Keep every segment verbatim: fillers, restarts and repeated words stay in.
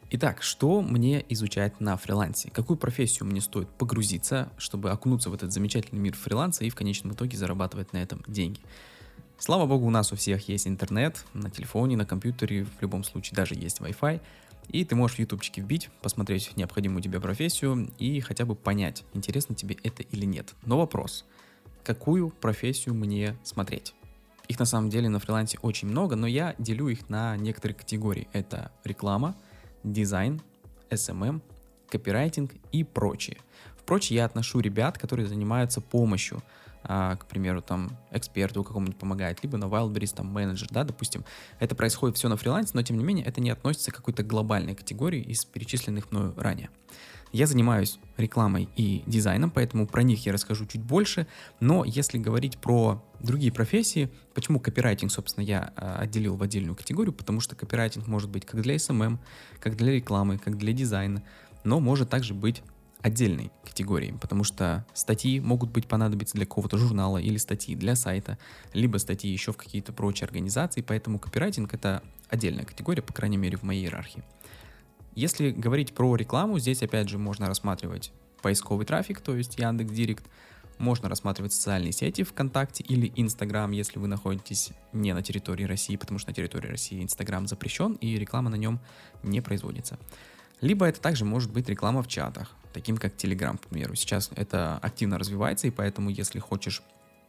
Итак, что мне изучать на фрилансе? Какую профессию мне стоит погрузиться, чтобы окунуться в этот замечательный мир фриланса и в конечном итоге зарабатывать на этом деньги? Слава богу, у нас у всех есть интернет, на телефоне, на компьютере, в любом случае даже есть Wi-Fi, и ты можешь в ютубчике вбить, посмотреть необходимую тебе профессию и хотя бы понять, интересно тебе это или нет. Но вопрос, какую профессию мне смотреть? Их на самом деле на фрилансе очень много, но я делю их на некоторые категории. Это реклама, дизайн, эс эм эм, копирайтинг и прочее. В прочее я отношу ребят, которые занимаются помощью, а, к примеру, там, эксперту какому-нибудь помогает, либо на Wildberries, там, менеджер, да, допустим. Это происходит все на фрилансе, но, тем не менее, это не относится к какой-то глобальной категории из перечисленных мною ранее. Я занимаюсь рекламой и дизайном, поэтому про них я расскажу чуть больше, но если говорить про другие профессии, почему копирайтинг, собственно, я а, отделил в отдельную категорию, потому что копирайтинг может быть как для эс эм эм, как для рекламы, как для дизайна, но может также быть отдельной категорией, потому что статьи могут быть понадобиться для какого-то журнала или статьи для сайта, либо статьи еще в какие-то прочие организации, поэтому копирайтинг — это отдельная категория, по крайней мере, в моей иерархии. Если говорить про рекламу, здесь опять же можно рассматривать поисковый трафик, то есть Яндекс.Директ, можно рассматривать социальные сети ВКонтакте или Инстаграм, если вы находитесь не на территории России, потому что на территории России Инстаграм запрещен и реклама на нем не производится. Либо это также может быть реклама в чатах, таким как Telegram, к примеру. Сейчас это активно развивается, и поэтому если хочешь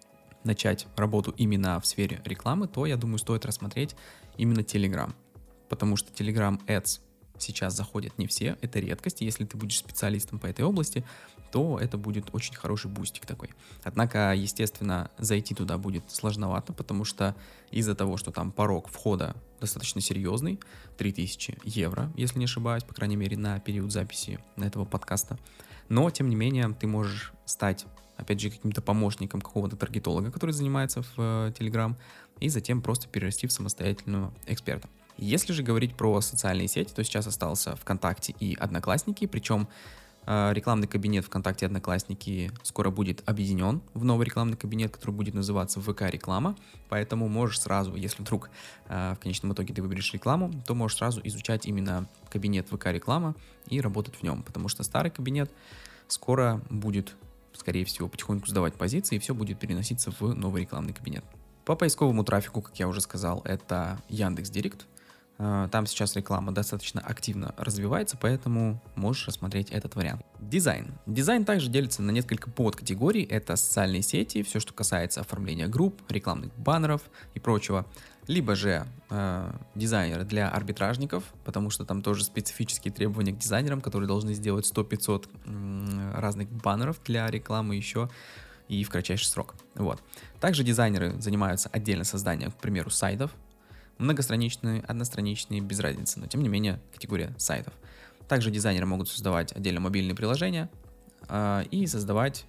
начать работу именно в сфере рекламы, то, я думаю, стоит рассмотреть именно Telegram, потому что Telegram Ads сейчас заходят не все, это редкость, если ты будешь специалистом по этой области, то это будет очень хороший бустик такой. Однако, естественно, зайти туда будет сложновато, потому что из-за того, что там порог входа достаточно серьезный, три тысячи евро, если не ошибаюсь, по крайней мере, на период записи этого подкаста. Но, тем не менее, ты можешь стать, опять же, каким-то помощником какого-то таргетолога, который занимается в Telegram, и затем просто перерасти в самостоятельного эксперта. Если же говорить про социальные сети, то сейчас остался ВКонтакте и Одноклассники, причем э, рекламный кабинет ВКонтакте и Одноклассники скоро будет объединен в новый рекламный кабинет, который будет называться ВК-реклама, поэтому можешь сразу, если вдруг э, в конечном итоге ты выберешь рекламу, то можешь сразу изучать именно кабинет ВК-реклама и работать в нем, потому что старый кабинет скоро будет, скорее всего, потихоньку сдавать позиции, и все будет переноситься в новый рекламный кабинет. По поисковому трафику, как я уже сказал, это Яндекс.Директ. Там сейчас реклама достаточно активно развивается, поэтому можешь рассмотреть этот вариант. Дизайн. Дизайн также делится на несколько подкатегорий. Это социальные сети, все, что касается оформления групп, рекламных баннеров и прочего. Либо же э, дизайнеры для арбитражников, потому что там тоже специфические требования к дизайнерам, которые должны сделать сто-пятьсот м- разных баннеров для рекламы еще и в кратчайший срок. Вот. Также дизайнеры занимаются отдельно созданием, к примеру, сайтов. Многостраничные, одностраничные, без разницы, но тем не менее категория сайтов. Также дизайнеры могут создавать отдельно мобильные приложения э, и создавать,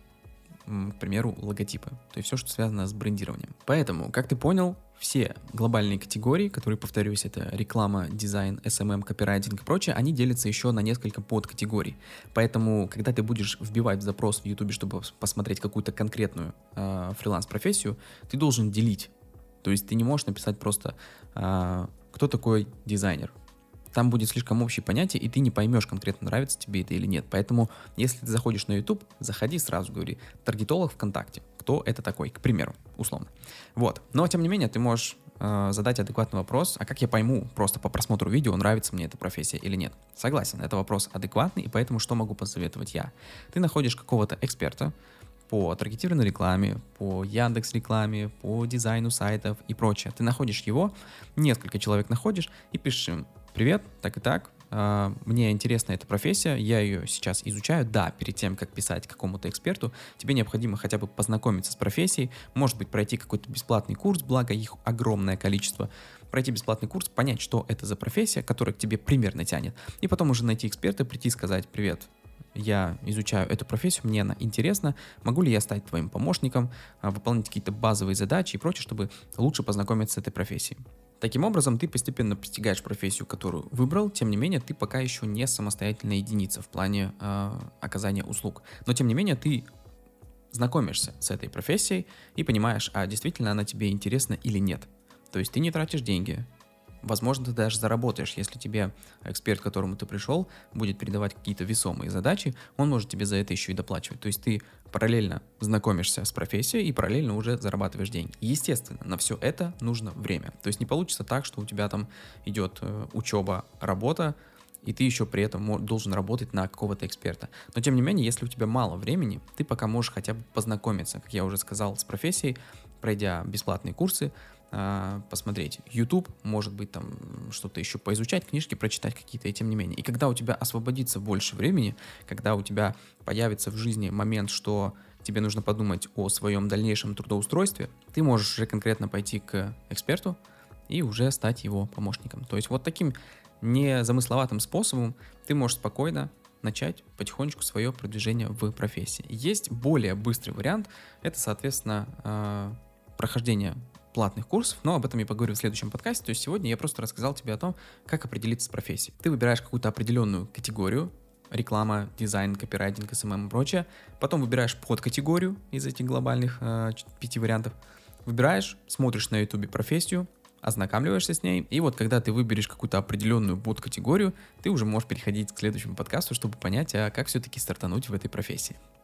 м, к примеру, логотипы, то есть все, что связано с брендированием. Поэтому, как ты понял, все глобальные категории, которые, повторюсь, это реклама, дизайн, эс эм эм, копирайтинг и прочее, они делятся еще на несколько подкатегорий. Поэтому, когда ты будешь вбивать запрос в YouTube, чтобы посмотреть какую-то конкретную э, фриланс-профессию, ты должен делить. То есть ты не можешь написать просто а, «кто такой дизайнер?». Там будет слишком общее понятие, и ты не поймешь конкретно, нравится тебе это или нет. Поэтому, если ты заходишь на YouTube, заходи сразу, говори «таргетолог ВКонтакте». Кто это такой, к примеру, условно. Вот. Но, тем не менее, ты можешь э, задать адекватный вопрос, а как я пойму просто по просмотру видео, нравится мне эта профессия или нет? Согласен, это вопрос адекватный, и поэтому что могу посоветовать я? Ты находишь какого-то эксперта по таргетированной рекламе, по Яндекс.Рекламе, по дизайну сайтов и прочее. Ты находишь его, несколько человек находишь и пишешь им: «Привет, так и так, э, мне интересна эта профессия, я ее сейчас изучаю». Да, перед тем, как писать какому-то эксперту, тебе необходимо хотя бы познакомиться с профессией, может быть, пройти какой-то бесплатный курс, благо их огромное количество, пройти бесплатный курс, понять, что это за профессия, которая к тебе примерно тянет, и потом уже найти эксперта, прийти и сказать: «Привет, я изучаю эту профессию, мне она интересна, могу ли я стать твоим помощником, выполнять какие-то базовые задачи и прочее, чтобы лучше познакомиться с этой профессией». Таким образом, ты постепенно постигаешь профессию, которую выбрал, тем не менее, ты пока еще не самостоятельная единица в плане э, оказания услуг. Но, тем не менее, ты знакомишься с этой профессией и понимаешь, а действительно она тебе интересна или нет. То есть ты не тратишь деньги, Возможно, ты даже заработаешь, если тебе эксперт, к которому ты пришел, будет передавать какие-то весомые задачи, он может тебе за это еще и доплачивать. То есть ты параллельно знакомишься с профессией и параллельно уже зарабатываешь деньги. Естественно, на все это нужно время. То есть не получится так, что у тебя там идет э, учеба, работа, и ты еще при этом должен работать на какого-то эксперта. Но тем не менее, если у тебя мало времени, ты пока можешь хотя бы познакомиться, как я уже сказал, с профессией, пройдя бесплатные курсы, посмотреть YouTube, может быть, там что-то еще поизучать, книжки прочитать какие-то, и тем не менее. И когда у тебя освободится больше времени, когда у тебя появится в жизни момент, что тебе нужно подумать о своем дальнейшем трудоустройстве, ты можешь уже конкретно пойти к эксперту и уже стать его помощником. То есть вот таким незамысловатым способом ты можешь спокойно начать потихонечку свое продвижение в профессии. Есть более быстрый вариант, это, соответственно, прохождение платных курсов, но об этом я поговорю в следующем подкасте. То есть сегодня я просто рассказал тебе о том, как определиться с профессией. Ты выбираешь какую-то определенную категорию, реклама, дизайн, копирайтинг, эс эм эм и прочее. Потом выбираешь подкатегорию из этих глобальных э, пяти вариантов. Выбираешь, смотришь на ютубе профессию, ознакомливаешься с ней, и вот когда ты выберешь какую-то определенную подкатегорию, ты уже можешь переходить к следующему подкасту, чтобы понять, а как все-таки стартануть в этой профессии.